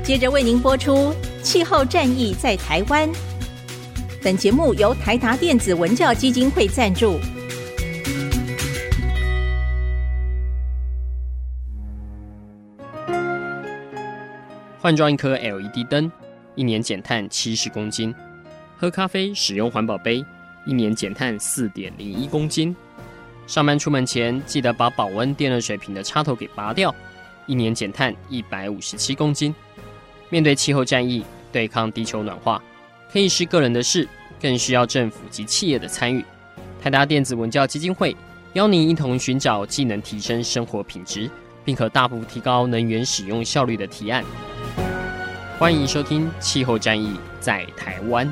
接着为您播出气候战役在台湾。本节目由台达电子文教基金会赞助。 换装一颗 LED 灯，一年减碳70公斤；喝咖啡使用环保杯，一年减碳4.01公斤；上班出门前记得把保温电热水瓶的插头给拔掉，一年减碳157公斤。面对气候战役，对抗地球暖化，可以是个人的事，更需要政府及企业的参与。台达电子文教基金会邀您一同寻找既能提升生活品质，并可大幅提高能源使用效率的提案。欢迎收听《气候战役在台湾》。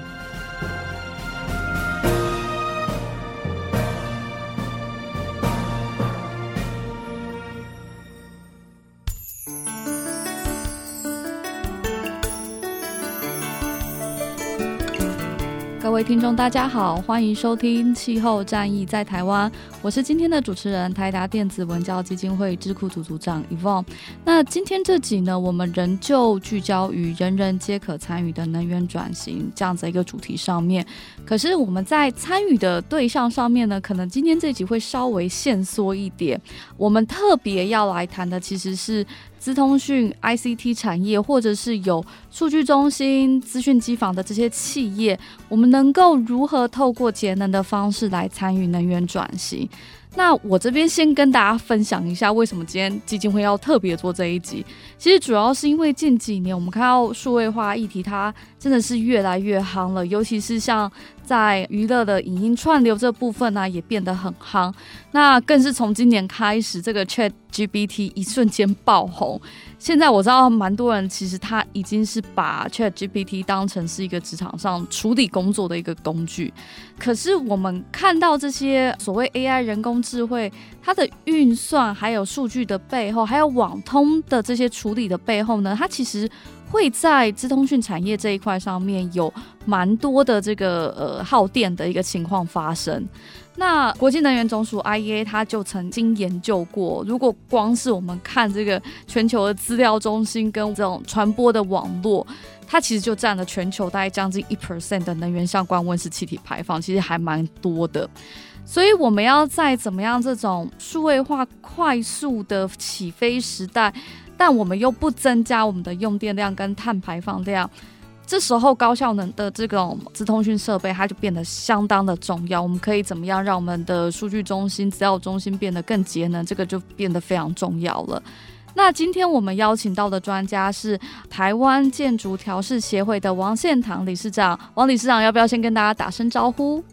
各位听众大家好，欢迎收听气候战役在台湾，我是今天的主持人台达电子文教基金会智库组组长 Yvonne。 那今天这集呢，我们仍旧聚焦于人人皆可参与的能源转型这样子一个主题上面，可是我们在参与的对象上面呢，可能今天这集会稍微限缩一点。我们特别要来谈的其实是资通讯 ICT 产业，或者是有数据中心、资讯机房的这些企业，我们能够如何透过节能的方式来参与能源转型。那我这边先跟大家分享一下，为什么今天基金会要特别做这一集。其实主要是因为近几年我们看到数位化议题它真的是越来越夯了，尤其是像在娱乐的影音串流这部分呢，也变得很夯。那更是从今年开始，这个 ChatGPT 一瞬间爆红。现在我知道蛮多人其实他已经是把 ChatGPT 当成是一个职场上处理工作的一个工具。可是我们看到这些所谓 AI 人工智慧，它的运算还有数据的背后，还有网通的这些处理的背后呢，它其实会在资通讯产业这一块上面有蛮多的这个耗电的一个情况发生。那国际能源总署 IEA 它就曾经研究过，如果光是我们看这个全球的资料中心跟这种传播的网络，它其实就占了全球大概将近 1% 的能源相关温室气体排放，其实还蛮多的。所以我们要在怎么样这种数位化快速的起飞时代，但我们又不增加我们的用电量跟碳排放量，这时候高效能的这种资通讯设备它就变得相当的重要。我们可以怎么样让我们的数据中心、资料中心变得更节能，这个就变得非常重要了。那今天我们邀请到的专家是台湾建筑调试协会的王宪堂理事长。王理事长要不要先跟大家打声招呼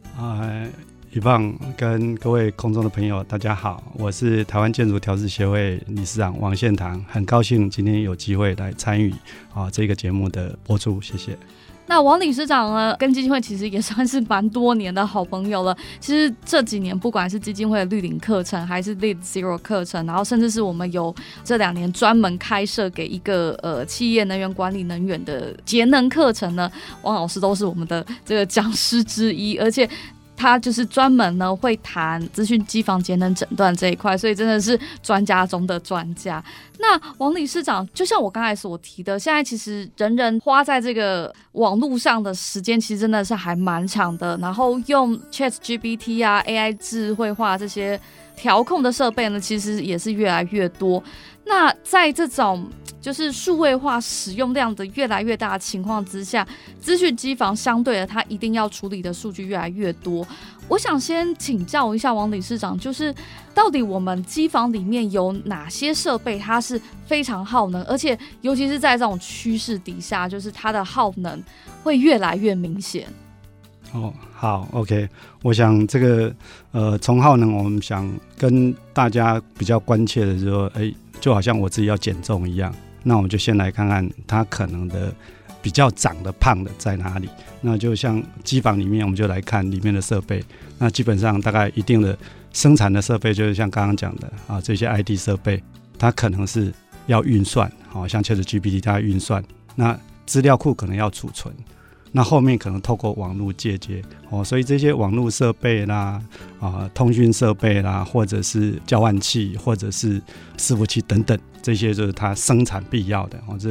Yvonne跟各位空中的朋友大家好，我是台湾建筑调试协会理事长王宪堂，很高兴今天有机会来参与这个节目的播出，谢谢。 那王理事长呢，跟基金会其实也算是蛮多年的好朋友了。其实这几年不管是基金会的绿领课程，还是 Lead Zero 课程，然后甚至是我们有这2年专门开设给一个企业能源管理能源的节能课程呢，王老师都是我们的这个讲师之一，而且他就是专门呢会谈资讯机房节能诊断这一块，所以真的是专家中的专家。那王理事长，就像我刚才所提的，现在其实人人花在这个网络上的时间其实真的是还蛮长的，然后用 ChatGPT 啊 AI 智慧化这些调控的设备呢，其实也是越来越多。那在这种就是数位化使用量的越来越大的情况之下，资讯机房相对的它一定要处理的数据越来越多。我想先请教一下王理事长，就是到底我们机房里面有哪些设备它是非常耗能，而且尤其是在这种趋势底下，就是它的耗能会越来越明显。 好 OK， 我想这个从耗能我们想跟大家比较关切的就是说，就好像我自己要减重一样，那我们就先来看看它可能的比较长的胖的在哪里。那就像机房里面，我们就来看里面的设备，那基本上大概一定的生产的设备，就是像刚刚讲的这些 IT 设备，它可能是要运算，像 ChatGPT 它要运算，那资料库可能要储存，那后面可能透过网络接，所以这些网络设备啦、通讯设备啦，或者是交换器，或者是伺服器等等，这些就是它生产必要的，这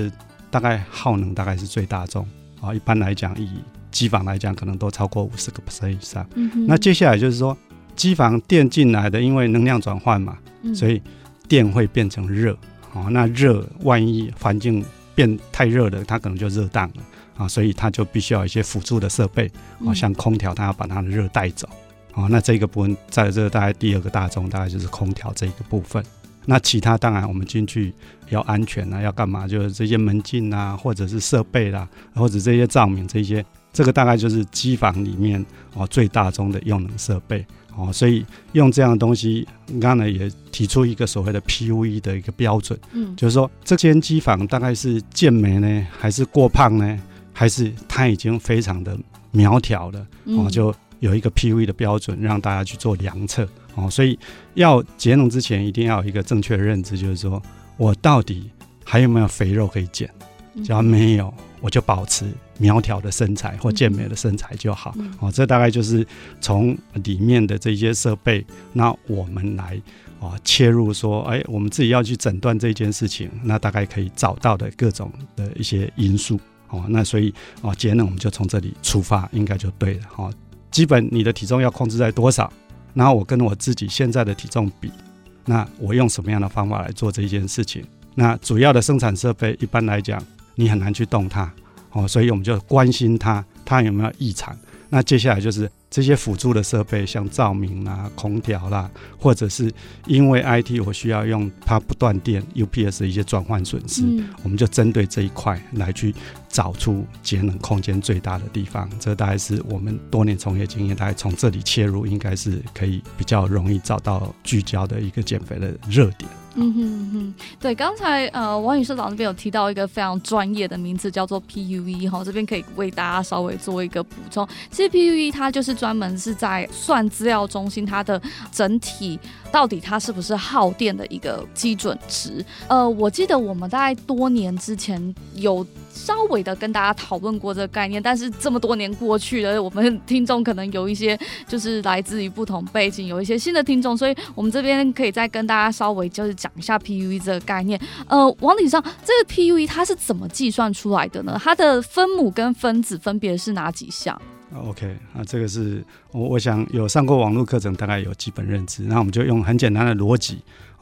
大概耗能大概是最大宗一般来讲以机房来讲可能都超过50% 以上。那接下来就是说机房电进来的，因为能量转换嘛，所以电会变成热那热万一环境变太热了，它可能就热当了所以它就必须要有一些辅助的设备像空调，它要把它的热带走那这个部分在这大概第二个大宗大概就是空调这一个部分。那其他当然我们进去要安全要干嘛，就是这些门禁或者是设备啦，或者这些照明这个大概就是机房里面最大宗的用能设备所以用这样的东西，刚才也提出一个所谓的 PUE 的一个标准就是说这间机房大概是健美呢，还是过胖呢，还是它已经非常的苗条了就有一个 PUE 的标准让大家去做量测所以要节能之前一定要有一个正确的认知，就是说我到底还有没有肥肉可以减，只要没有我就保持苗条的身材或健美的身材就好这大概就是从里面的这些设备，那我们来切入说我们自己要去诊断这件事情，那大概可以找到的各种的一些因素那所以节能我们就从这里出发应该就对了基本你的体重要控制在多少，然后我跟我自己现在的体重比，那我用什么样的方法来做这件事情。那主要的生产设备一般来讲你很难去动它所以我们就关心它有没有异常。那接下来就是这些辅助的设备，像照明啦、空调啦，或者是因为 IT 我需要用它不断电 UPS 的一些转换损失我们就针对这一块来去找出节能空间最大的地方。这大概是我们多年从业经验，大概从这里切入应该是可以比较容易找到聚焦的一个减肥的热点。 对，刚才王宇社长那边有提到一个非常专业的名字叫做 PUE 这边可以为大家稍微做一个补充。其实 PUE 它就是专门是在算资料中心它的整体到底它是不是耗电的一个基准值。我记得我们大概多年之前有稍微的跟大家讨论过这个概念，但是这么多年过去了，我们听众可能有一些就是来自于不同背景，有一些新的听众，所以我们这边可以再跟大家稍微就是讲一下 PUE 这个概念。王理事长，这个 PUE 它是怎么计算出来的呢？它的分母跟分子分别是哪几项 ？OK 这个是我想有上过网络课程大概有基本认知，那我们就用很简单的逻辑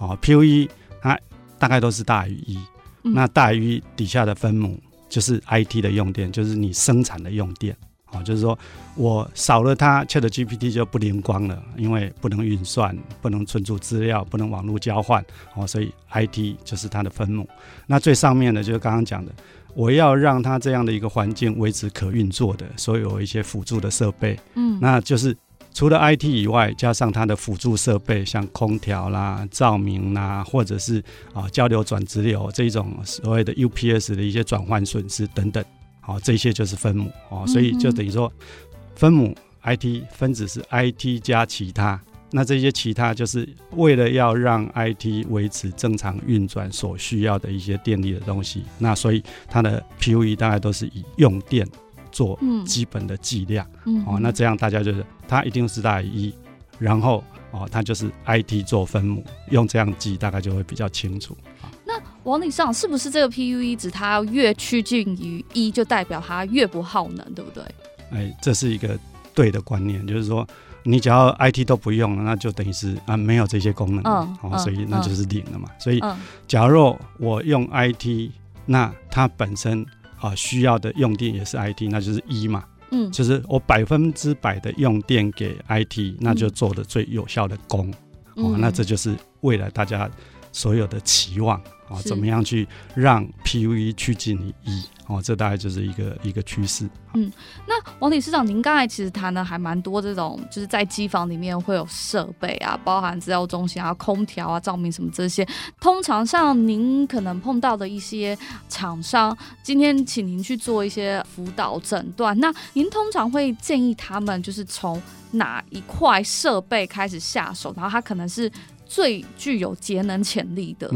PUE 它大概都是大于1那大于1底下的分母就是 IT 的用电，就是你生产的用电就是说我少了它 ChatGPT 就不灵光了，因为不能运算，不能存储资料，不能网络交换所以 IT 就是它的分母。那最上面的就是刚刚讲的，我要让它这样的一个环境维持可运作的，所以有一些辅助的设备那就是除了 IT 以外，加上它的辅助设备，像空调啦、照明啦，或者是交流转直流这种所谓的 UPS 的一些转换损失等等这些就是分母所以就等于说分母 IT 分子是 IT 加其他，那这些其他就是为了要让 IT 维持正常运转所需要的一些电力的东西，那所以它的 PUE 大概都是以用电做基本的计量那这样大家就是它一定是大于1，然后它就是 IT 做分母，用这样记大概就会比较清楚。 那王理事长，是不是这个 PUE 值它越趋近于1就代表它越不耗能，对不对？ 这是一个对的观念，就是说你只要 IT 都不用了，那就等于是没有这些功能所以那就是0了嘛所以假如我用 IT 那它本身需要的用电也是 IT， 那就是1嘛就是我100%的用电给 IT， 那就做的最有效的功那这就是未来大家所有的期望怎么样去让 PUE 趋近于1这大概就是一个趋势那王理事长，您刚才其实谈的还蛮多这种就是在机房里面会有设备包含资料中心空调照明什么这些，通常像您可能碰到的一些厂商今天请您去做一些辅导诊断，那您通常会建议他们就是从哪一块设备开始下手，然后它可能是最具有节能潜力的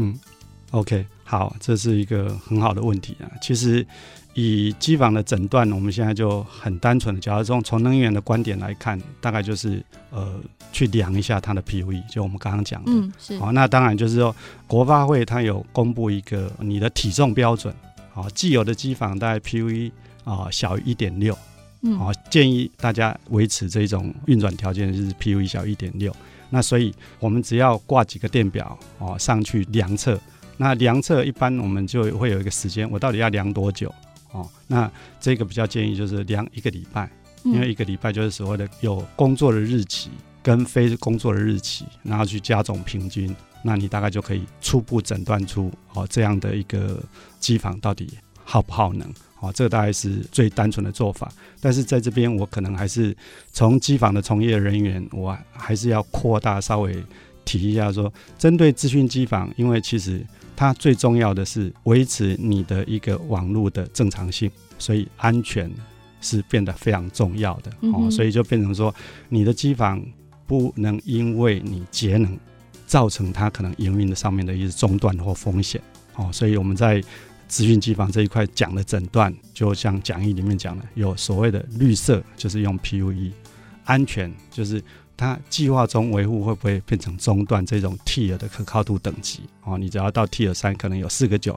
OK 好，这是一个很好的问题其实以机房的诊断，我们现在就很单纯的，假如从能源的观点来看，大概就是去量一下它的 PUE， 就我们刚刚讲的是那当然就是说国发会它有公布一个你的体重标准既有的机房大概 PUE 小于 1.6，建议大家维持这种运转条件，就是 PUE 小于 1.6。那所以我们只要挂几个电表上去量测，那量测一般我们就会有一个时间，我到底要量多久那这个比较建议就是量1个礼拜，因为1个礼拜就是所谓的有工作的日期跟非工作的日期，然后去加总平均，那你大概就可以初步诊断出这样的一个机房到底耗不耗能。这个大概是最单纯的做法，但是在这边我可能还是从机房的从业人员，我还是要扩大稍微提一下说，针对资讯机房，因为其实它最重要的是维持你的一个网络的正常性，所以安全是变得非常重要的所以就变成说你的机房不能因为你节能造成它可能营运的上面的一些中断或风险所以我们在资讯机房这一块讲的诊断，就像讲义里面讲的，有所谓的绿色就是用 PUE， 安全就是它计划中维护会不会变成中断，这种 Tier 的可靠度等级你只要到 Tier 3可能有4个9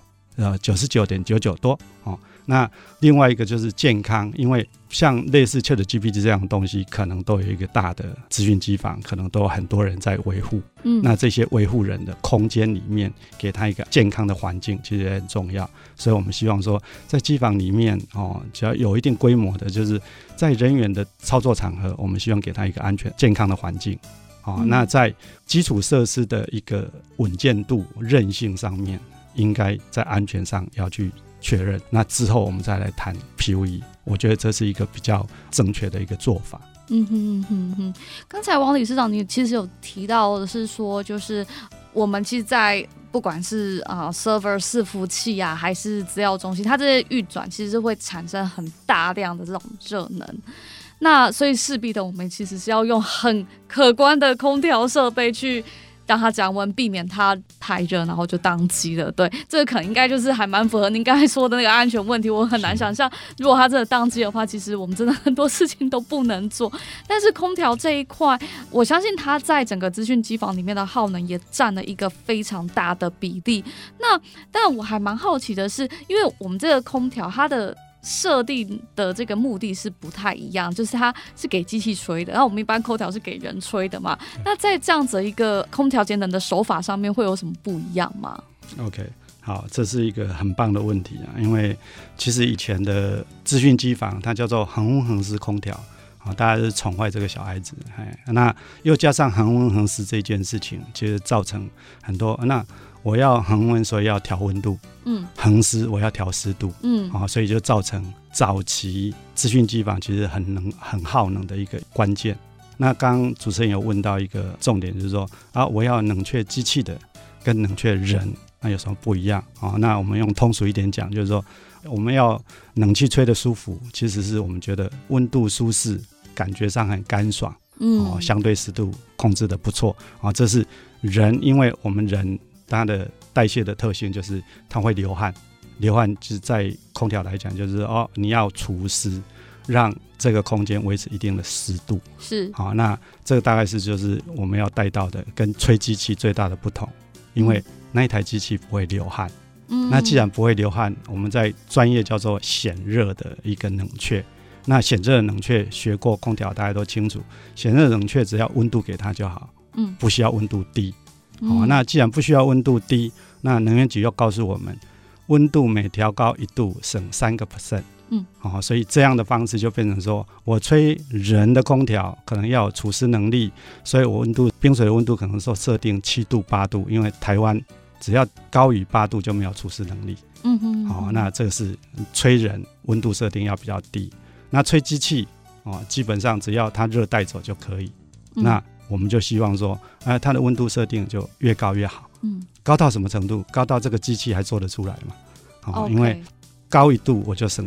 99.99 多那另外一个就是健康，因为像类似 ChatGPT 这样的东西可能都有一个大的资讯机房，可能都有很多人在维护那这些维护人的空间里面给他一个健康的环境其实也很重要，所以我们希望说在机房里面只要有一定规模的，就是在人员的操作场合，我们希望给他一个安全健康的环境那在基础设施的一个稳健度韧性上面，应该在安全上要去确认，那之后我们再来谈 PUE， 我觉得这是一个比较正确的一个做法。 刚才王理事长你其实有提到的是说，就是我们其实在不管是server 伺服器还是资料中心，它这些运转其实会产生很大量的这种热能，那所以势必的我们其实是要用很可观的空调设备去让它降温，避免它太热然后就宕机了。对，这个可能应该就是还蛮符合您刚才说的那个安全问题。我很难想象如果它真的宕机的话，其实我们真的很多事情都不能做。但是空调这一块，我相信它在整个资讯机房里面的耗能也占了一个非常大的比例。那但我还蛮好奇的是，因为我们这个空调它的设定的这个目的是不太一样，就是它是给机器吹的，然后我们一般空调是给人吹的嘛。那在这样子一个空调节能的手法上面会有什么不一样吗？ OK， 好，这是一个很棒的问题因为其实以前的资讯机房它叫做恒温恒湿空调大家是宠坏这个小孩子那又加上恒温恒湿这件事情，其实造成很多那我要恒温，所以要调温度恒湿我要调湿度所以就造成早期资讯机房其实很耗能的一个关键。那刚刚主持人有问到一个重点，就是说我要冷却机器的跟冷却人那有什么不一样那我们用通俗一点讲，就是说我们要冷气吹得舒服，其实是我们觉得温度舒适，感觉上很干爽相对湿度控制的不错这是人，因为我们人它的代谢的特性就是它会流汗，流汗就是在空调来讲就是你要除湿，让这个空间维持一定的湿度是那这个大概是就是我们要带到的跟吹机器最大的不同，因为那一台机器不会流汗那既然不会流汗，我们在专业叫做显热的一个冷却。那显热的冷却学过空调大家都清楚，显热冷却只要温度给它就好不需要温度低那既然不需要温度低，那能源局又告诉我们温度每调高1度省3%所以这样的方式就变成说，我吹人的空调可能要有除湿能力，所以我温度冰水的温度可能说设定7度8度，因为台湾只要高于8度就没有除湿能力那这个是吹人温度设定要比较低。那吹机器基本上只要它热带走就可以那我们就希望说它的温度设定就越高越好高到什么程度？高到这个机器还做得出来嘛因为高1度我就省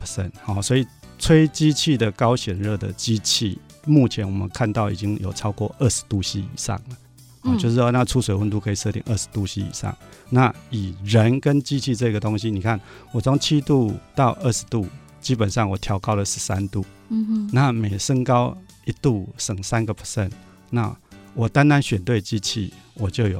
3%所以吹机器的高显热的机器，目前我们看到已经有超过20度 C 以上了就是说那出水温度可以设定20度 C 以上。那以人跟机器这个东西，你看我从7度到20度基本上我调高了13度那每升高1度省3%，那我单单选对机器我就有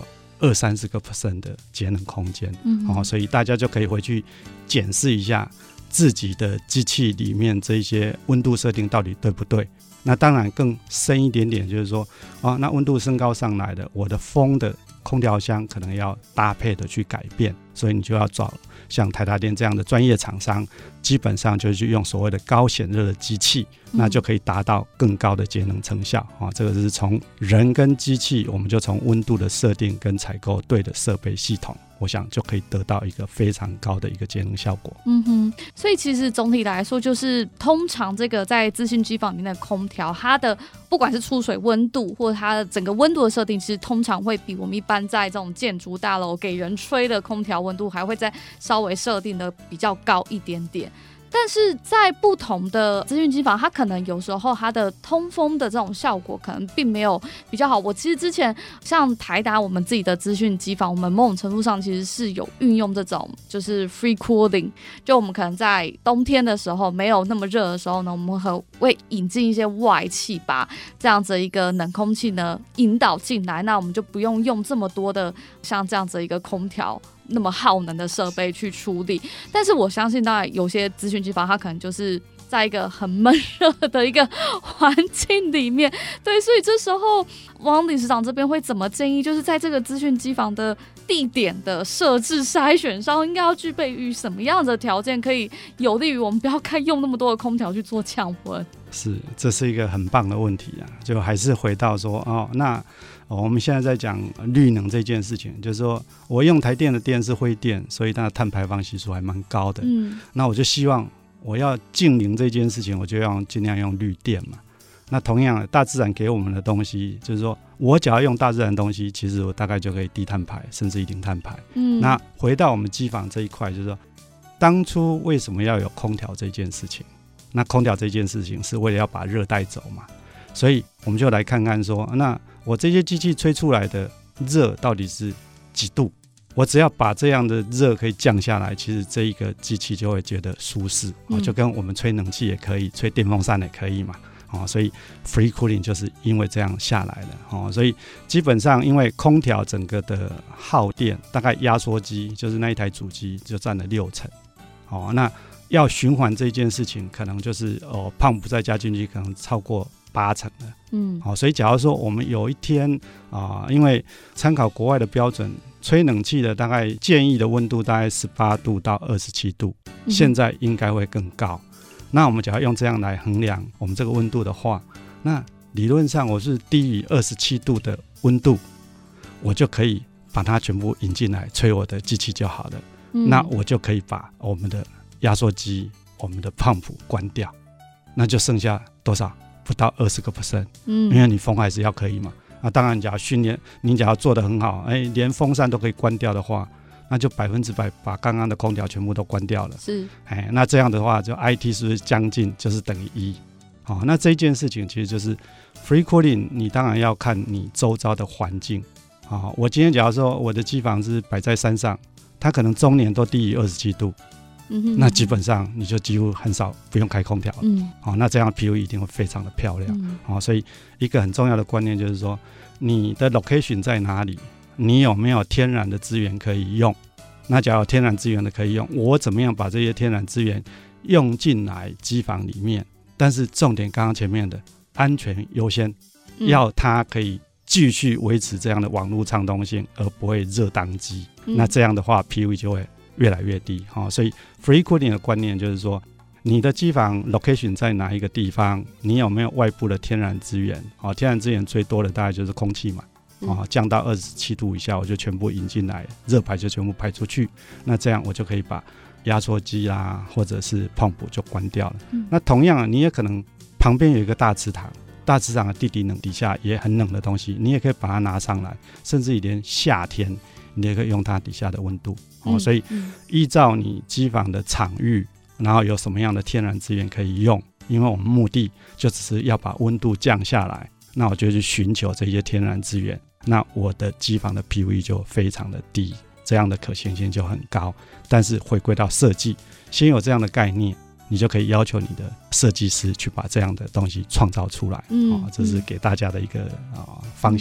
20-30% 的节能空间。所以大家就可以回去检视一下自己的机器里面这些温度设定到底对不对。那当然更深一点点，就是说那温度升高上来的，我的风的空调箱可能要搭配的去改变，所以你就要找像台达电这样的专业厂商，基本上就是用所谓的高显热的机器，那就可以达到更高的节能成效。这个是从人跟机器，我们就从温度的设定跟采购对的设备系统，我想就可以得到一个非常高的一个节能效果。 所以其实总体来说，就是通常这个在资讯机房里面的空调，它的不管是出水温度或者它的整个温度的设定，其实通常会比我们一般在这种建筑大楼给人吹的空调温度还会再稍微设定的比较高一点点。但是在不同的资讯机房，它可能有时候它的通风的这种效果可能并没有比较好。我其实之前像台达我们自己的资讯机房，我们某种程度上其实是有运用这种就是 free cooling， 就我们可能在冬天的时候没有那么热的时候呢，我们会引进一些外气，把这样子一个冷空气呢引导进来，那我们就不用用这么多的像这样子一个空调那么耗能的设备去处理。但是我相信当然有些资讯机房它可能就是在一个很闷热的一个环境里面，对，所以这时候王理事长这边会怎么建议，就是在这个资讯机房的地点的设置筛选上应该要具备于什么样的条件，可以有利于我们不要用那么多的空调去做降温？ 这是一个很棒的问题啊！就还是回到说我们现在在讲绿能这件事情，就是说我用台电的电是灰电，所以它的碳排放系数还蛮高的。那我就希望我要净零这件事情，我就要尽量用绿电嘛。那同样大自然给我们的东西，就是说我只要用大自然的东西，其实我大概就可以低碳排甚至零碳排。那回到我们机房这一块，就是说当初为什么要有空调这件事情？那空调这件事情是为了要把热带走嘛，所以我们就来看看说，那我这些机器吹出来的热到底是几度？我只要把这样的热可以降下来，其实这一个机器就会觉得舒适，就跟我们吹冷气也可以，吹电风扇也可以嘛。所以 free cooling 就是因为这样下来了。所以基本上因为空调整个的耗电，大概压缩机就是那一台主机就占了60%。那要循环这件事情，可能就是pump再加进去，可能超过80%了。所以假如说我们有一天因为参考国外的标准，吹冷气的大概建议的温度大概18度到27度，现在应该会更高。那我们只要用这样来衡量我们这个温度的话，那理论上我是低于27度的温度，我就可以把它全部引进来吹我的机器就好了。那我就可以把我们的压缩机、我们的 pump 关掉，那就剩下多少？不到20%。因为你风还是要可以嘛。当然，假如训练你假如做得很好，连风扇都可以关掉的话，那就100%把刚刚的空调全部都关掉了。那这样的话，就 IT 是不是将近就是等于1？那这件事情其实就是 free cooling， 你当然要看你周遭的环境。我今天假如说我的机房是摆在山上，它可能终年都低于27度。那基本上你就几乎很少不用开空调了。那这样 PV 一定会非常的漂亮。所以一个很重要的观念就是说，你的 location 在哪里，你有没有天然的资源可以用？那假如有天然资源的可以用，我怎么样把这些天然资源用进来机房里面？但是重点刚刚前面的安全优先，要它可以继续维持这样的网络畅通性，而不会热宕机。那这样的话 PV 就会越来越低。所以 free cooling 的观念就是说，你的机房 location 在哪一个地方，你有没有外部的天然资源？天然资源最多的大概就是空气嘛。降到27度以下，我就全部引进来，热排就全部排出去。那这样我就可以把压缩机啦，或者是pump就关掉了。那同样你也可能旁边有一个大池塘，大池塘的地底冷底下也很冷的东西，你也可以把它拿上来，甚至连夏天你也可以用它底下的温度。所以依照你机房的场域，然后有什么样的天然资源可以用，因为我们目的就只是要把温度降下来，那我就去寻求这些天然资源，那我的机房的 PV 就非常的低，这样的可行性就很高。但是回归到设计，先有这样的概念，你就可以要求你的设计师去把这样的东西创造出来。这是给大家的一个方向。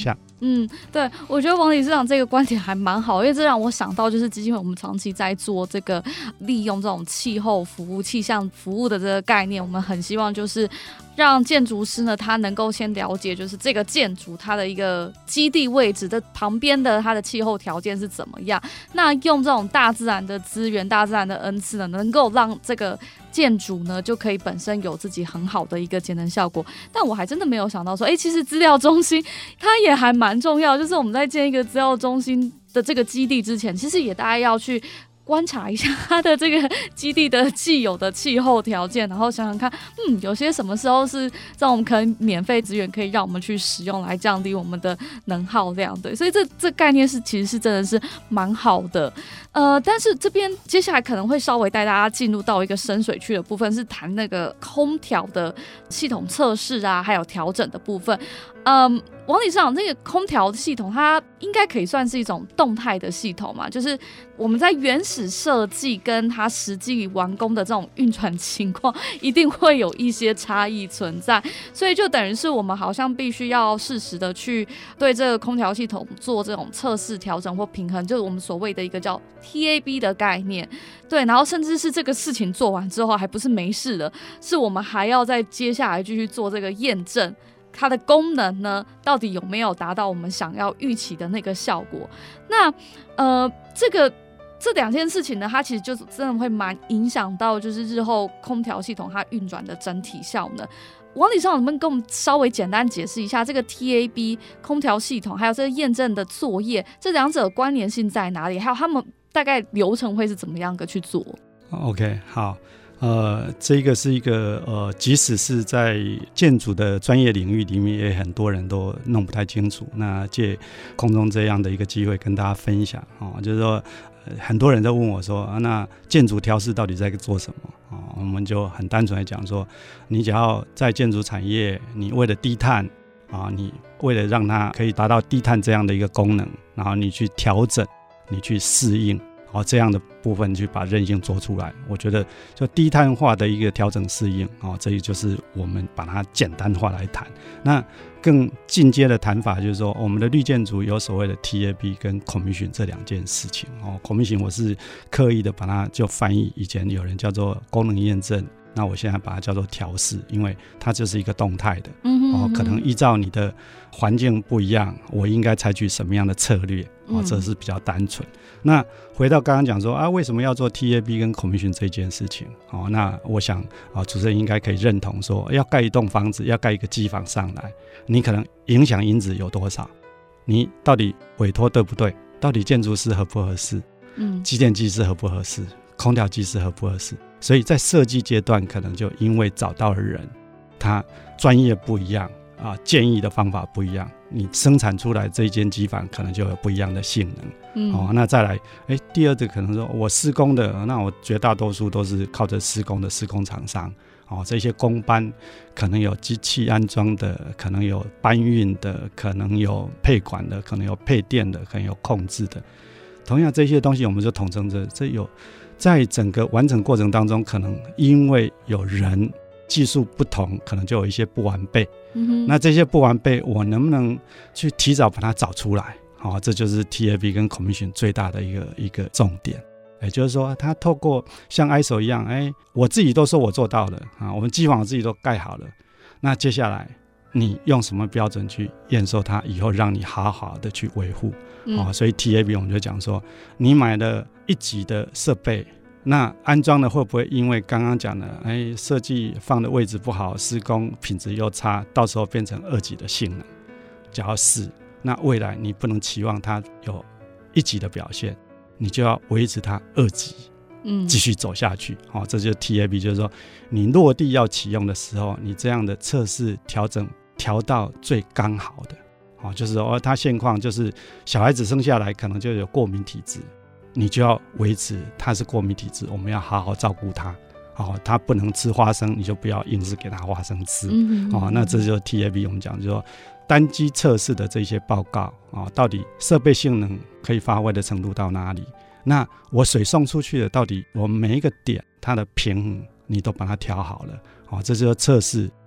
对，我觉得王理事长这个观点还蛮好，因为这让我想到就是基金会我们长期在做这个利用这种气候服务、气象服务的这个概念，我们很希望就是让建筑师呢，他能够先了解就是这个建筑它的一个基地位置的旁边的它的气候条件是怎么样，那用这种大自然的资源、大自然的恩赐呢，能够让这个建筑呢就可以本身有自己很好的一个节能效果。但我还真的没有想到说，其实资料中心它也还蛮重要，就是我们在建一个资料中心的这个基地之前，其实也大概要去观察一下它的这个基地的既有的气候条件，然后想想看，有些什么时候是这种可能免费资源可以让我们去使用来降低我们的能耗量，对，所以这概念其实是真的是蛮好的。但是这边接下来可能会稍微带大家进入到一个深水区的部分，是谈那个空调的系统测试啊，还有调整的部分。王理事长，这个空调系统它应该可以算是一种动态的系统嘛？就是我们在原始设计跟它实际完工的这种运转情况，一定会有一些差异存在，所以就等于是我们好像必须要适时的去对这个空调系统做这种测试、调整或平衡，就是我们所谓的一个叫 TAB 的概念。对，然后甚至是这个事情做完之后，还不是没事了，是我们还要再接下来继续做这个验证。它的功能呢，到底有没有达到我们想要预期的那个效果？那这两件事情呢，它其实就真的会蛮影响到，就是日后空调系统它运转的整体效能。王理事长能不能跟我们稍微简单解释一下这个 TAB 空调系统，还有这个验证的作业，这两者关联性在哪里？还有他们大概流程会是怎么样的去做 ？OK， 好。这个是一个即使是在建筑的专业领域里面，也很多人都弄不太清楚。那借空中这样的一个机会跟大家分享就是说，很多人在问我说，那建筑调试到底在做什么我们就很单纯来讲说，你只要在建筑产业，你为了低碳你为了让它可以达到低碳这样的一个功能，然后你去调整，你去适应。这样的部分去把韧性做出来，我觉得就低碳化的一个调整适应这也就是我们把它简单化来谈。那更进阶的谈法就是说，我们的绿建筑有所谓的 TAB 跟 Commission 这两件事情Commission 我是刻意的把它就翻译，以前有人叫做功能验证，那我现在把它叫做调试，因为它就是一个动态的可能依照你的环境不一样，我应该采取什么样的策略这是比较单纯。那回到刚刚讲说为什么要做 TAB 跟 Commission 这件事情那我想主持人应该可以认同说，要盖一栋房子，要盖一个机房上来，你可能影响因子有多少，你到底委托对不对，到底建筑师合不合适机电技师合不合适，空调技师合不合适。所以在设计阶段，可能就因为找到的人他专业不一样建议的方法不一样，你生产出来这一间机房可能就有不一样的性能那再来第二个可能说我施工的，那我绝大多数都是靠着施工的施工厂商这些工班可能有机器安装的，可能有搬运的，可能有配管的，可能有配电的，可能有控制的。同样这些东西我们就统称这有在整个完成过程当中，可能因为有人技术不同，可能就有一些不完备那这些不完备我能不能去提早把它找出来这就是 TAB 跟 Commission 最大的一个重点。也就是说，它透过像 ISO 一样我自己都说我做到了我们机房我自己都盖好了，那接下来你用什么标准去验收它，以后让你好好的去维护所以 TAB 我们就讲说，你买了1级的设备，那安装的会不会因为刚刚讲的设计放的位置不好，施工品质又差，到时候变成2级的性能？假如是，那未来你不能期望它有1级的表现，你就要维持它2级继续走下去这就是 TAB， 就是说你落地要启用的时候，你这样的测试调整调到最刚好的就是说它现况就是小孩子生下来可能就有过敏体质，你就要维持它是过敏体质，我们要好好照顾它它不能吃花生，你就不要硬是给它花生吃那这就是 TAB 我们讲就是说单机测试的这些报告到底设备性能可以发挥的程度到哪里，那我水送出去的到底我们每一个点它的平衡你都把它调好了这就是测试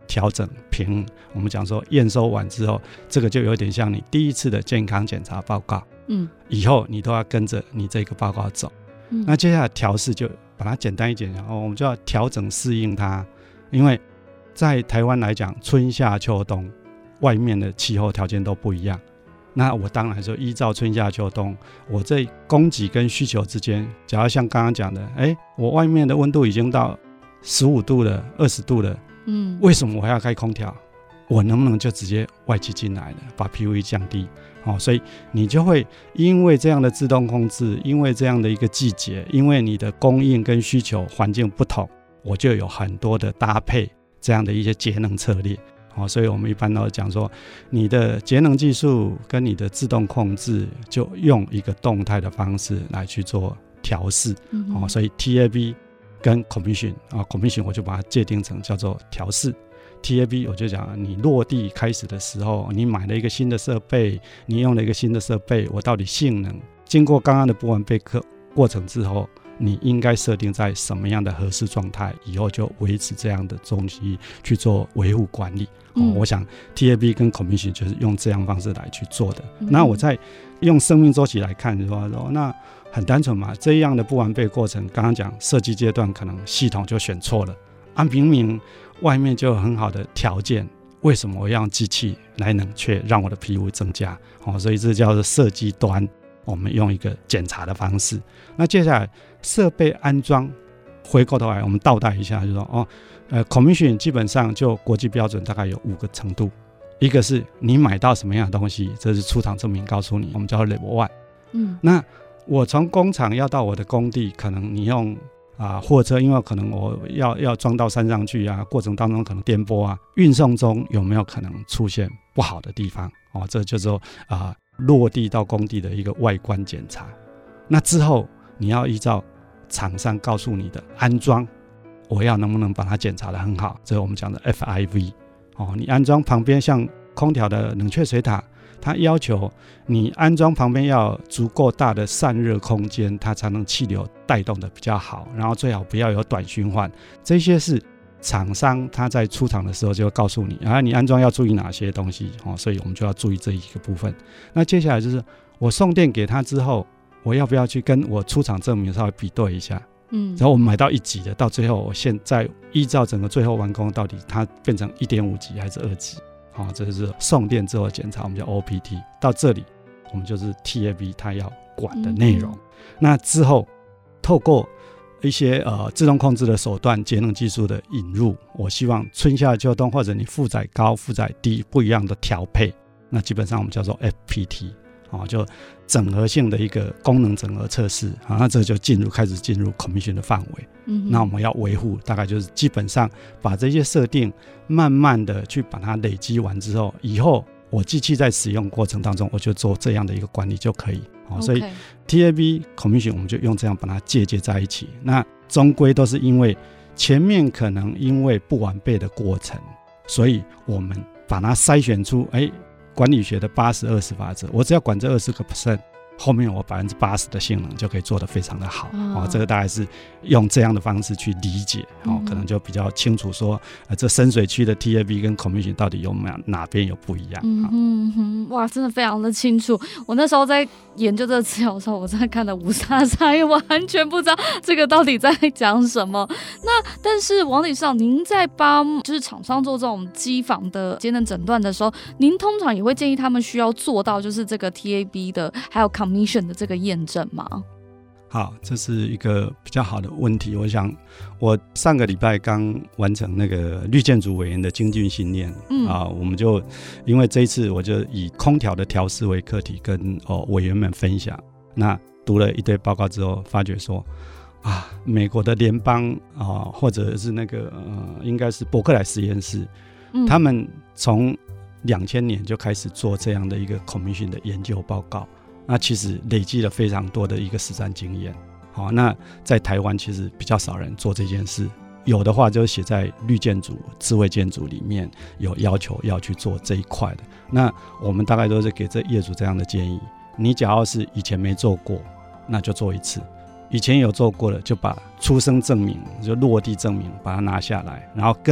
调整平衡。我们讲说验收完之后，这个就有点像你第一次的健康检查报告，以后你都要跟着你这个报告走。那接下来调试就把它简单一点，然后我们就要调整适应它。因为在台湾来讲，春夏秋冬外面的气候条件都不一样，那我当然就依照春夏秋冬，我这供给跟需求之间，假如像刚刚讲的，我外面的温度已经到15度了20度了，为什么我还要开空调？我能不能就直接外气进来了，把 PUE 降低？所以你就会因为这样的自动控制，因为这样的一个季节，因为你的供应跟需求环境不同，我就有很多的搭配这样的一些节能策略。所以我们一般都讲说，你的节能技术跟你的自动控制就用一个动态的方式来去做调试。所以 TAB 跟 Commission 我就把它界定成叫做调试。TAB 我就讲，你落地开始的时候，你买了一个新的设备，你用了一个新的设备，我到底性能经过刚刚的不完备过程之后，你应该设定在什么样的合适状态，以后就维持这样的东西去做维护管理。我想 TAB 跟 Commission 就是用这样方式来去做的。那我再用生命周期来看说，那很单纯嘛，这样的不完备过程，刚刚讲设计阶段可能系统就选错了明明外面就有很好的条件，为什么我要用机器来能却让我的 PUE 增加？所以这叫做设计端我们用一个检查的方式。那接下来设备安装，回过头来我们倒带一下，就说Commission 基本上就国际标准大概有5个程度。一个是你买到什么样的东西，这是出厂证明告诉你，我们叫 Level 1。那我从工厂要到我的工地，可能你用货车，因为可能我要装到山上去过程当中可能颠簸运送中有没有可能出现不好的地方这就是说落地到工地的一个外观检查。那之后你要依照厂商告诉你的安装，我要能不能把它检查得很好，这是我们讲的 FIV。你安装旁边像空调的冷却水塔，它要求你安装旁边要有足够大的散热空间，它才能气流带动的比较好，然后最好不要有短循环。这些是厂商他在出厂的时候就会告诉你你安装要注意哪些东西所以我们就要注意这一个部分。那接下来就是我送电给他之后，我要不要去跟我出厂证明稍微比对一下？然后我们买到1级的，到最后我现在依照整个最后完工，到底它变成 1.5 级还是2级？这就是送电之后的检查，我们叫 OPT。到这里我们就是 TAB 它要管的内容。那之后透过一些自动控制的手段，节能技术的引入，我希望春夏秋冬或者你负载高负载低不一样的调配，那基本上我们叫做 FPT。就整合性的一个功能整合测试那这就开始进入 Commission 的范围。那我们要维护，大概就是基本上把这些设定慢慢的去把它累积完之后，以后我机器在使用过程当中，我就做这样的一个管理就可以。所以 TAB Commission 我们就用这样把它接在一起。那终归都是因为前面可能因为不完备的过程，所以我们把它筛选出管理学的80-20法则，我只要管这20%，后面我80%的性能就可以做得非常的好。这个大概是用这样的方式去理解可能就比较清楚说这深水区的 TAB 跟 Commission 到底有哪边有不一样。 哇，真的非常的清楚。我那时候在研究这个资料的时候，我真的看得五沙沙，因为我完全不知道这个到底在讲什么。那但是王理事长，您在帮就是厂商做这种机房的节能诊断的时候，您通常也会建议他们需要做到就是这个 TAB 的还有 Commission 的这个验证吗？ 好，这是一个比较好的问题。我想我上个礼拜刚完成那个绿建筑委员的精进训练我们就因为这一次我就以空调的调试为课题跟委员们分享。那读了一堆报告之后，发觉说美国的联邦或者是那个应该是伯克莱实验室，他们从2000年就开始做这样的一个 Commission 的研究报告。那其实累积了非常多的一个实战经验。那在台湾其实比较少人做这件事，有的话就写在绿建筑、智慧建筑里面有要求要去做这一块的。那我们大概都是给这业主这样的建议：你假如是以前没做过，那就做一次；以前有做过的，就把出生证明、就落地证明把它拿下来，然后跟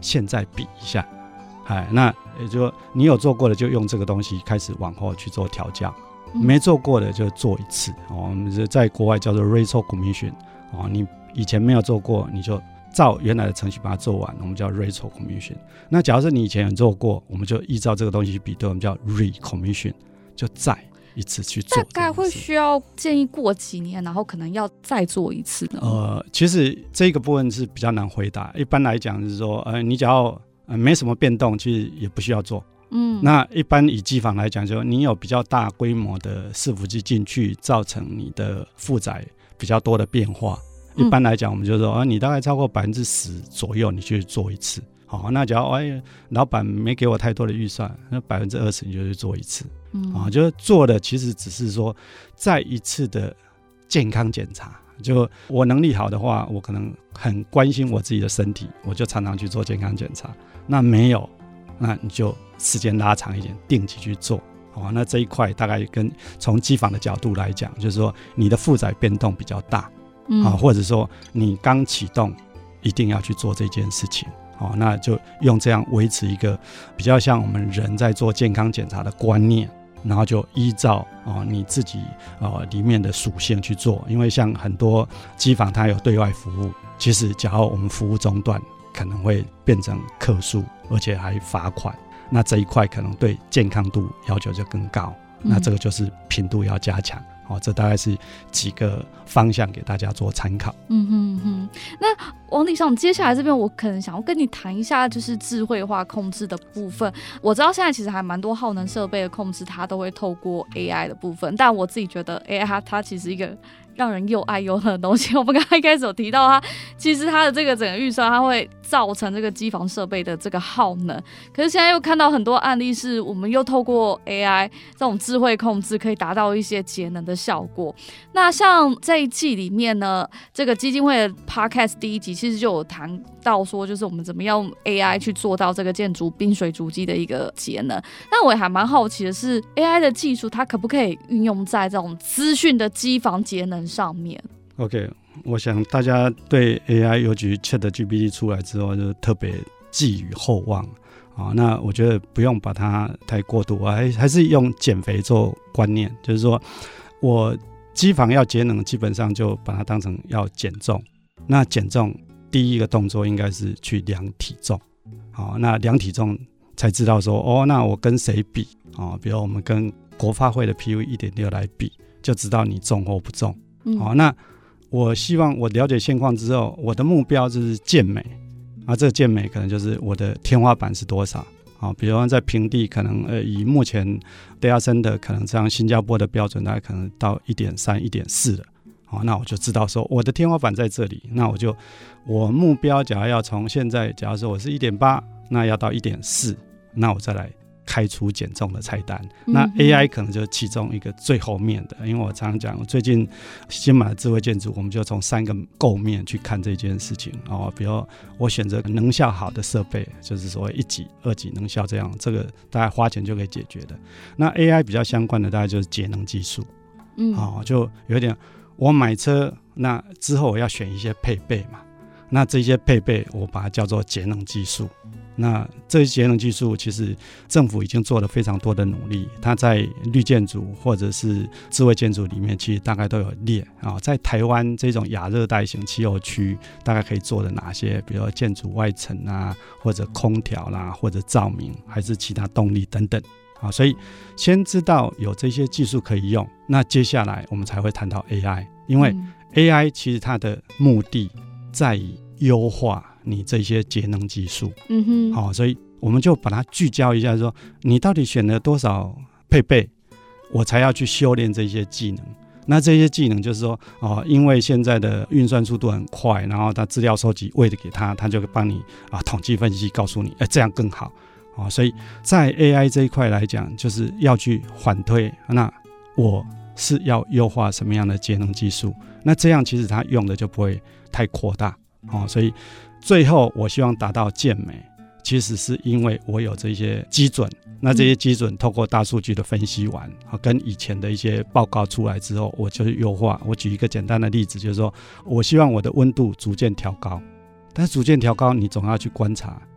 现在比一下，那也就你有做过的就用这个东西开始往后去做调教，没做过的就做一次。我们在国外叫做 retro commission，你以前没有做过，你就照原来的程序把它做完，我们叫 retro commission。那假如是你以前有做过，我们就依照这个东西去比对，我们叫 recommission， 就再一次去做。 大概会需要建议过几年，然后可能要再做一次呢？ 其实这个部分是比较难回答。一般来讲就是说，你只要没什么变动，其实也不需要做。那一般以机房来讲，就你有比较大规模的伺服器进去，造成你的负载比较多的变化。一般来讲，我们就说，你大概超过10%左右，你去做一次。好，那假如老板没给我太多的预算，那20%你就去做一次。就是做的其实只是说再一次的健康检查。就我能力好的话，我可能很关心我自己的身体，我就常常去做健康检查。那没有，那你就时间拉长一点，定期去做。那这一块大概跟从机房的角度来讲，就是说你的负载变动比较大。或者说你刚启动一定要去做这件事情，那就用这样维持一个比较像我们人在做健康检查的观念，然后就依照你自己里面的属性去做。因为像很多机房它有对外服务，其实假如我们服务中断可能会变成客诉，而且还罚款，那这一块可能对健康度要求就更高，那这个就是频度要加强。这大概是几个方向给大家做参考。 那王理事长，接下来这边我可能想要跟你谈一下就是智慧化控制的部分。我知道现在其实还蛮多耗能设备的控制它都会透过 AI 的部分，但我自己觉得 AI 它其实一个让人又爱又恨的东西。我们刚才一开始有提到它，其实它的这个整个预算它会造成这个机房设备的这个耗能，可是现在又看到很多案例是我们又透过 AI 这种智慧控制可以达到一些节能的效果。那像这一季里面呢，这个基金会的 Podcast 第1集其实就有谈到说，就是我们怎么样用 AI 去做到这个建筑冰水主机的一个节能。那我也还蛮好奇的是 AI 的技术它可不可以运用在这种资讯的机房节能上面。 OK， 我想大家对 AI 尤其 ChatGPT 出来之后就特别寄予厚望。那我觉得不用把它太过度，还是用减肥做观念，就是说我机房要节能，基本上就把它当成要减重。那减重第一个动作应该是去量体重。那量体重才知道说，那我跟谁比？比如我们跟国发会的 PV 1.6 来比，就知道你重或不重。那我希望我了解现况之后，我的目标就是健美。这个健美可能就是我的天花板是多少。比如说在平地可能以目前 data center 可能像新加坡的标准大概可能到 1.3 1.4 了。那我就知道说我的天花板在这里，那我目标假如要从现在假如说我是 1.8， 那要到 1.4， 那我再来开出减重的菜单。那 AI 可能就是其中一个最后面的，因为我常常讲我最近新买的智慧建筑，我们就从3个构面去看这件事情。比如我选择能效好的设备，就是所谓1级2级能效，这样这个大概花钱就可以解决的。那 AI 比较相关的大概就是节能技术。就有点我买车，那之后我要选一些配备嘛，那这些配备我把它叫做节能技术。那这些节能技术其实政府已经做了非常多的努力，它在绿建筑或者是智慧建筑里面其实大概都有列。在台湾这种亚热带型气候区大概可以做的哪些，比如说建筑外层啊，或者空调啦，或者照明，还是其他动力等等。所以先知道有这些技术可以用，那接下来我们才会谈到 AI。 因为 AI 其实它的目的在于优化你这些节能技术。所以我们就把它聚焦一下，说你到底选了多少配备，我才要去修炼这些技能。那这些技能就是说，因为现在的运算速度很快，然后它资料收集喂的给他，他就帮你统计分析告诉你，这样更好。所以在 AI 这一块来讲，就是要去反推，那我是要优化什么样的节能技术，那这样其实它用的就不会太扩大。所以最后我希望达到健美，其实是因为我有这些基准，那这些基准透过大数据的分析完，跟以前的一些报告出来之后，我就优化。我举一个简单的例子，就是说我希望我的温度逐渐调高，但是逐渐调高你总要去观察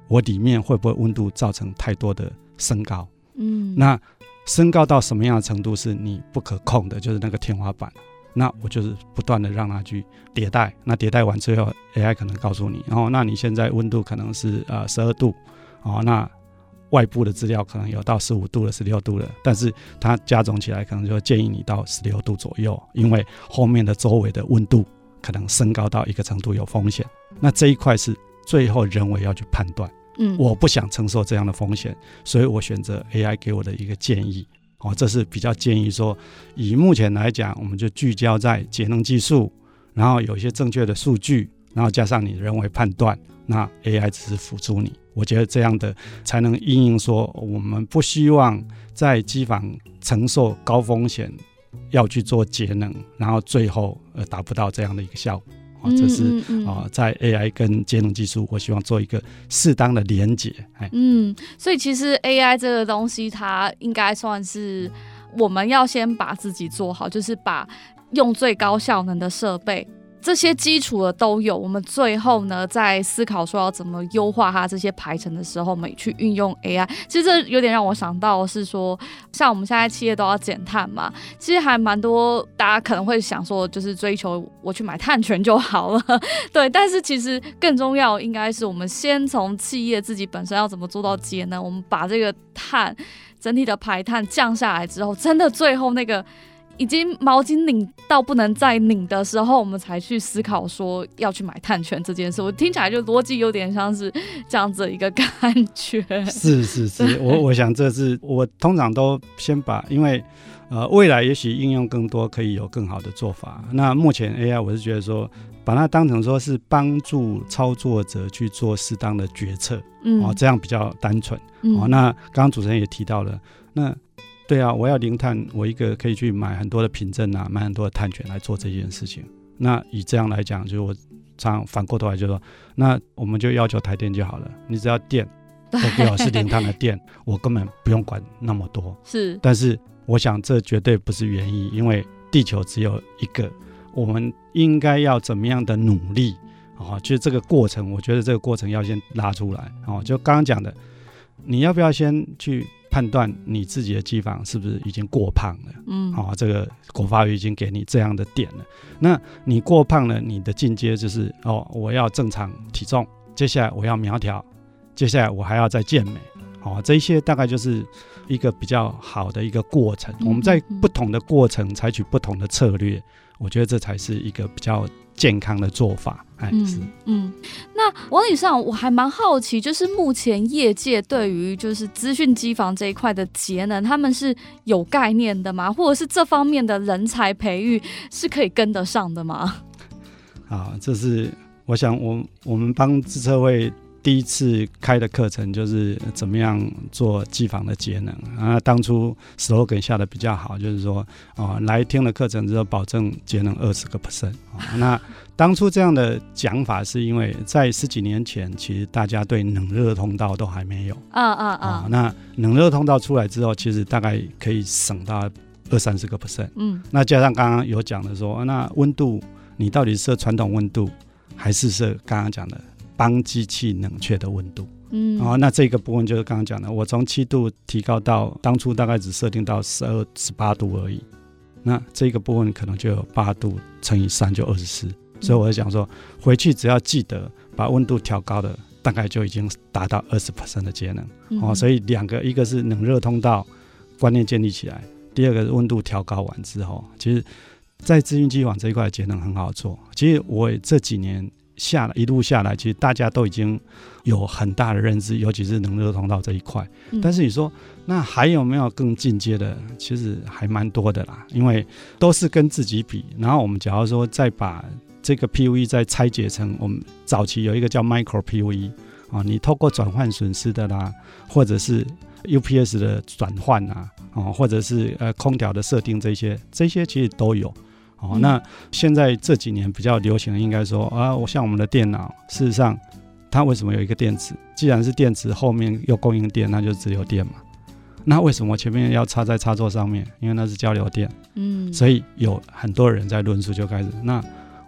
我里面会不会温度造成太多的升高。那升高到什么样的程度是你不可控的，就是那个天花板，那我就是不断的让它去迭代，那迭代完之后 AI 可能告诉你，那你现在温度可能是12度，那外部的资料可能有到15度了16度了，但是它加总起来可能就建议你到16度左右，因为后面的周围的温度可能升高到一个程度有风险，那这一块是最后人为要去判断。我不想承受这样的风险，所以我选择 AI 给我的一个建议。这是比较建议说，以目前来讲，我们就聚焦在节能技术，然后有一些正确的数据，然后加上你人为判断，那 AI 只是辅助你。我觉得这样的才能因应说，我们不希望在机房承受高风险，要去做节能，然后最后达不到这样的一个效果。这是在 AI 跟节能技术，我希望做一个适当的连结。 所以其实 AI 这个东西，它应该算是我们要先把自己做好，就是把用最高效能的设备，这些基础的都有，我们最后呢在思考说要怎么优化它这些排程的时候，我们去运用 AI。 其实这有点让我想到的是说，像我们现在企业都要减碳嘛，其实还蛮多大家可能会想说，就是追求我去买碳权就好了对，但是其实更重要应该是我们先从企业自己本身要怎么做到节能，我们把这个碳整体的排碳降下来之后，真的最后那个已经毛巾拧到不能再拧的时候，我们才去思考说要去买碳权这件事。我听起来就逻辑有点像是这样子的一个感觉。 是我想这是我通常都先把，因为未来也许应用更多，可以有更好的做法。那目前 AI 我是觉得说，把它当成说是帮助操作者去做适当的决策，这样比较单纯。那刚刚主持人也提到了，那对啊，我要零碳，我一个可以去买很多的凭证买很多的碳权来做这件事情。那以这样来讲，就是我常反过头来就说，那我们就要求台电就好了，你只要电都给我是零碳的电我根本不用管那么多。是，但是我想这绝对不是原因，因为地球只有一个，我们应该要怎么样的努力就是这个过程，我觉得这个过程要先拉出来就刚刚讲的，你要不要先去判断你自己的机房是不是已经过胖了？这个国发会已经给你这样的点了。那你过胖了，你的进阶就是我要正常体重，接下来我要苗条，接下来我还要再健美。这一些大概就是一个比较好的一个过程。我们在不同的过程采取不同的策略，我觉得这才是一个比较健康的做法。 那王理事长，我还蛮好奇，就是目前业界对于就是资讯机房这一块的节能，他们是有概念的吗？或者是这方面的人才培育是可以跟得上的吗？ 这是我想我们帮资策会第一次开的课程，就是怎么样做机房的节能。当初 slogan 下的比较好，就是说来听了课程之后保证节能20%。那当初这样的讲法是因为在10几年前，其实大家对冷热通道都还没有。那冷热通道出来之后，其实大概可以省到20-30%。那加上刚刚有讲的说，那温度你到底设传统温度，还是设刚刚讲的帮机器冷却的温度？那这个部分就是刚刚讲的，我从7度提高到当初大概只设定到12、18度而已。那这个部分可能就有8度乘以3就24。所以我就讲说，回去只要记得把温度调高的，大概就已经达到20% 的节能。所以两个，一个是冷热通道观念建立起来，第二个是温度调高完之后，其实在资讯机房这一块的节能很好做。其实我这几年一路下来，其实大家都已经有很大的认知，尤其是冷热通道这一块。但是你说那还有没有更进阶的？其实还蛮多的啦，因为都是跟自己比。然后我们假如说再把这个 PUE 再拆解成，我们早期有一个叫 Micro PUE 你透过转换损失的啦，或者是 UPS 的转换啊，或者是空调的设定，这些其实都有。那现在这几年比较流行的应该说像我们的电脑，事实上它为什么有一个电池？既然是电池后面又供应电，那就直流电嘛。那为什么前面要插在插座上面？因为那是交流电。所以有很多人在论述就开始，那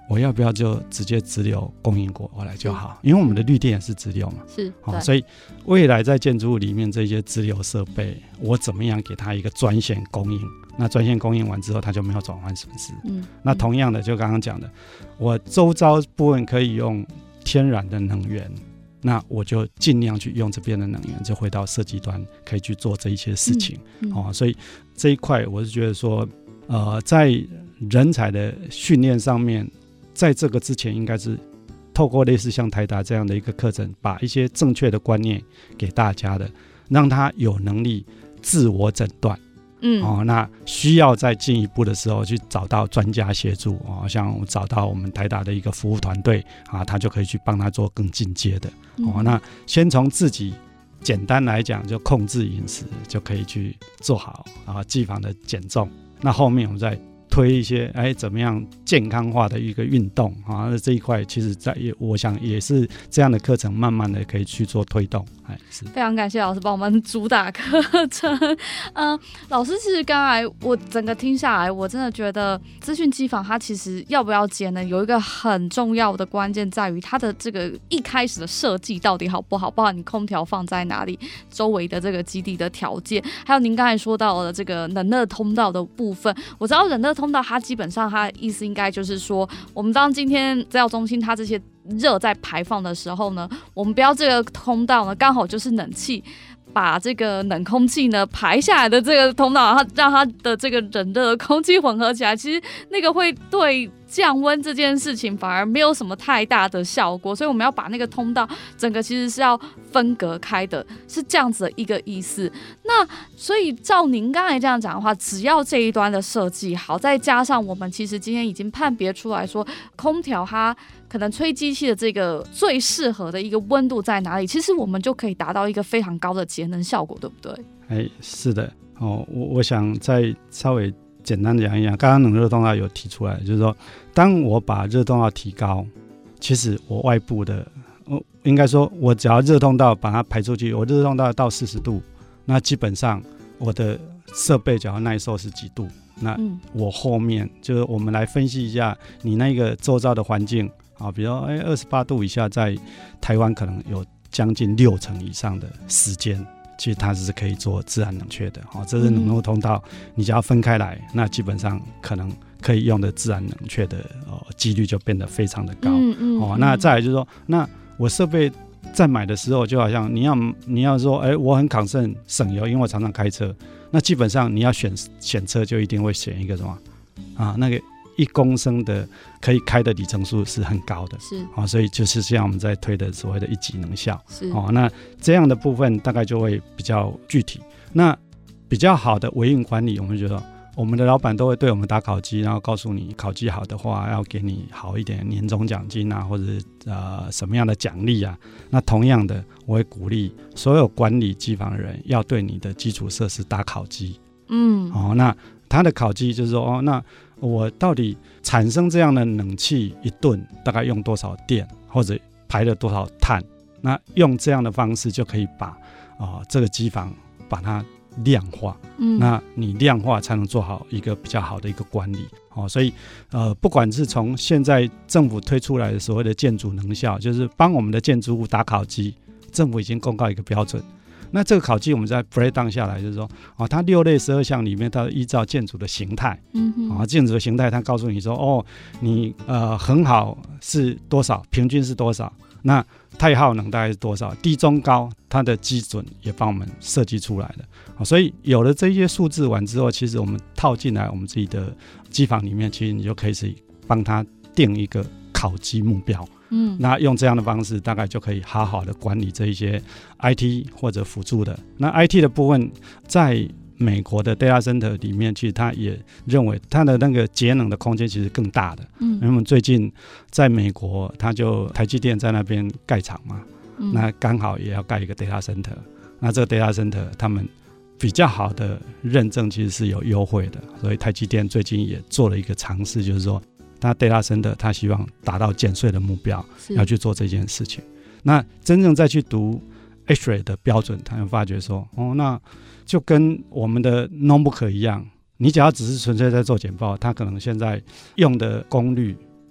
我要不要就直接直流供应过来就好？因为我们的绿电也是直流嘛， 是， 所以未来在建筑物里面这些直流设备，我怎么样给它一个专线供应？那专线供应完之后，它就没有转换损失。那同样的，就刚刚讲的，我周遭部分可以用天然的能源，那我就尽量去用这边的能源，就回到设计端可以去做这一些事情。所以这一块我是觉得说，在人才的训练上面，在这个之前应该是透过类似像台达这样的一个课程，把一些正确的观念给大家的，让他有能力自我诊断。那需要再进一步的时候去找到专家协助，像我找到我们台达的一个服务团队他就可以去帮他做更进阶的。那先从自己简单来讲，就控制饮食就可以去做好机房的减重。那后面我们再推一些怎么样健康化的一个运动这一块其实我想也是这样的课程慢慢的可以去做推动。是非常感谢老师帮我们主打课程。老师其实刚才我整个听下来，我真的觉得资讯机房它其实要不要节能有一个很重要的关键在于它的这个一开始的设计到底好不好，包括你空调放在哪里，周围的这个基地的条件，还有您刚才说到的这个冷热通道的部分。我知道冷热通道它基本上它的意思应该就是说，我们当今天资料中心它这些热在排放的时候呢，我们不要这个通道呢刚好就是冷气把这个冷空气呢排下来的这个通道，让它的这个冷热的空气混合起来，其实那个会对降温这件事情反而没有什么太大的效果，所以我们要把那个通道整个其实是要分隔开的，是这样子的一个意思。那所以照您刚才这样讲的话，只要这一端的设计好，再加上我们其实今天已经判别出来说空调它可能吹机器的这个最适合的一个温度在哪里，其实我们就可以达到一个非常高的节能效果，对不对？ 是的。我想再稍微简单讲一讲，刚刚冷热通道有提出来，就是说当我把热通道提高，其实我外部的应该说我只要热通道把它排出去，我热通道到40度，那基本上我的设备只要耐受是几度，那我后面就是我们来分析一下你那个周遭的环境比如28度以下，在台湾可能有将近60%以上的时间其实它是可以做自然冷却的。这是冷热通道你只要分开来，那基本上可能可以用的自然冷却的几率就变得非常的高。那再来就是说，那我设备在买的时候，就好像你要说我很concern省油，因为我常常开车，那基本上你要选车就一定会选一个什么那个1公升的可以开的里程数是很高的， 是所以就是像我们在推的所谓的1级能效， 是那这样的部分大概就会比较具体。那比较好的维运管理，我们觉得我们的老板都会对我们打考绩，然后告诉你考绩好的话要给你好一点年终奖金或者什么样的奖励那同样的我会鼓励所有管理机房的人要对你的基础设施打考绩。那他的考绩就是说那我到底产生这样的冷气一顿大概用多少电，或者排了多少碳，那用这样的方式就可以把这个机房把它量化。那你量化才能做好一个比较好的一个管理。所以不管是从现在政府推出来的所谓的建筑能效，就是帮我们的建筑物打考绩，政府已经公告一个标准，那这个考绩我们在 break down 下来，就是说它6类12项里面，它依照建筑的形态，建筑的形态它告诉你说你很好是多少，平均是多少，那太耗能大概是多少，低中高它的基准也帮我们设计出来了。所以有了这些数字完之后，其实我们套进来我们自己的机房里面，其实你就可以帮它定一个考绩目标。那用这样的方式大概就可以好好的管理这一些 IT 或者辅助的。那 IT 的部分在美国的 data center 里面，其实他也认为他的那个节能的空间其实更大的。因为我们最近在美国，他就台积电在那边盖厂嘛，那刚好也要盖一个 data center。那这个 data center 他们比较好的认证其实是有优惠的，所以台积电最近也做了一个尝试，就是说他 data center 他希望达到减税的目标，要去做这件事情。那真正再去读 ASHRAE 的标准，他会发觉说那就跟我们的 notebook 一样，你只要只是纯粹在做简报，他可能现在用的功率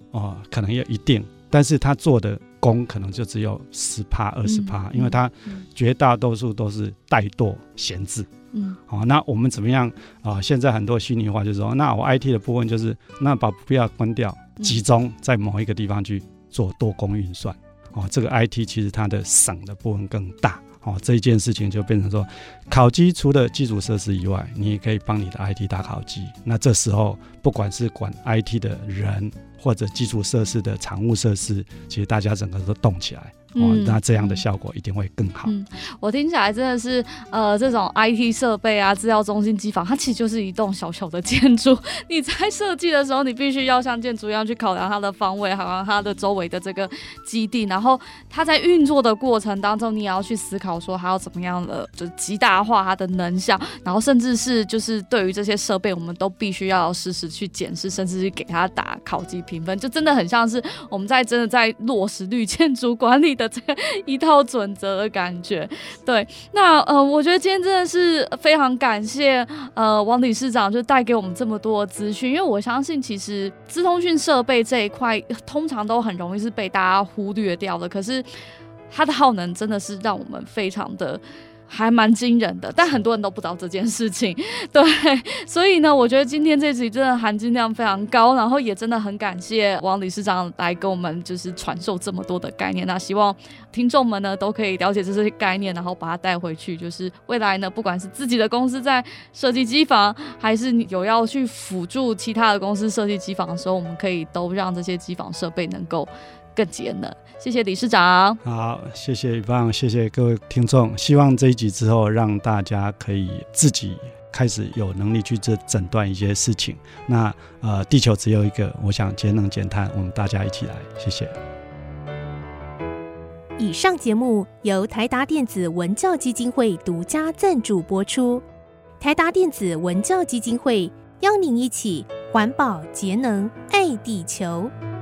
可能也一定，但是他做的工可能就只有10%、20%，因为他绝大多数都是怠惰闲置。那我们怎么样现在很多虚拟化就是说，那我 IT 的部分就是那把不必要关掉，集中在某一个地方去做多工运算。这个 IT 其实它的省的部分更大。这一件事情就变成说，烤鸡除了基础设施以外，你也可以帮你的 IT 打烤鸡。那这时候不管是管 IT 的人或者基础设施的场务设施，其实大家整个都动起来。那这样的效果一定会更好。 我听起来真的是这种 IT 设备啊，资料中心机房，它其实就是一栋小小的建筑。你在设计的时候，你必须要像建筑一样去考量它的方位，还有它的周围的这个基地，然后它在运作的过程当中，你也要去思考说它要怎么样的就是极大化它的能效，然后甚至是就是对于这些设备，我们都必须要实时去检视，甚至是给它打考级评分，就真的很像是我们真的在落实绿建筑管理的这个一套准则的感觉。对，那我觉得今天真的是非常感谢王理事长就带给我们这么多的资讯，因为我相信其实资通讯设备这一块通常都很容易是被大家忽略掉的，可是它的耗能真的是让我们非常的还蛮惊人的，但很多人都不知道这件事情。对，所以呢我觉得今天这集真的含金量非常高，然后也真的很感谢王理事长来跟我们就是传授这么多的概念。那希望听众们呢都可以了解这些概念，然后把它带回去，就是未来呢不管是自己的公司在设计机房，还是有要去辅助其他的公司设计机房的时候，我们可以都让这些机房设备能够更节能。谢谢理事长。 好，谢谢Yvonne，谢谢各位听众。希望这一集之后让大家可以自己开始有能力去诊断一些事情。那地球只有一个，我想节能减碳，我们大家一起来。谢谢。 以上节目由台达电子文教基金会独家赞助播出。台达电子文教基金会邀您一起环保节能爱地球。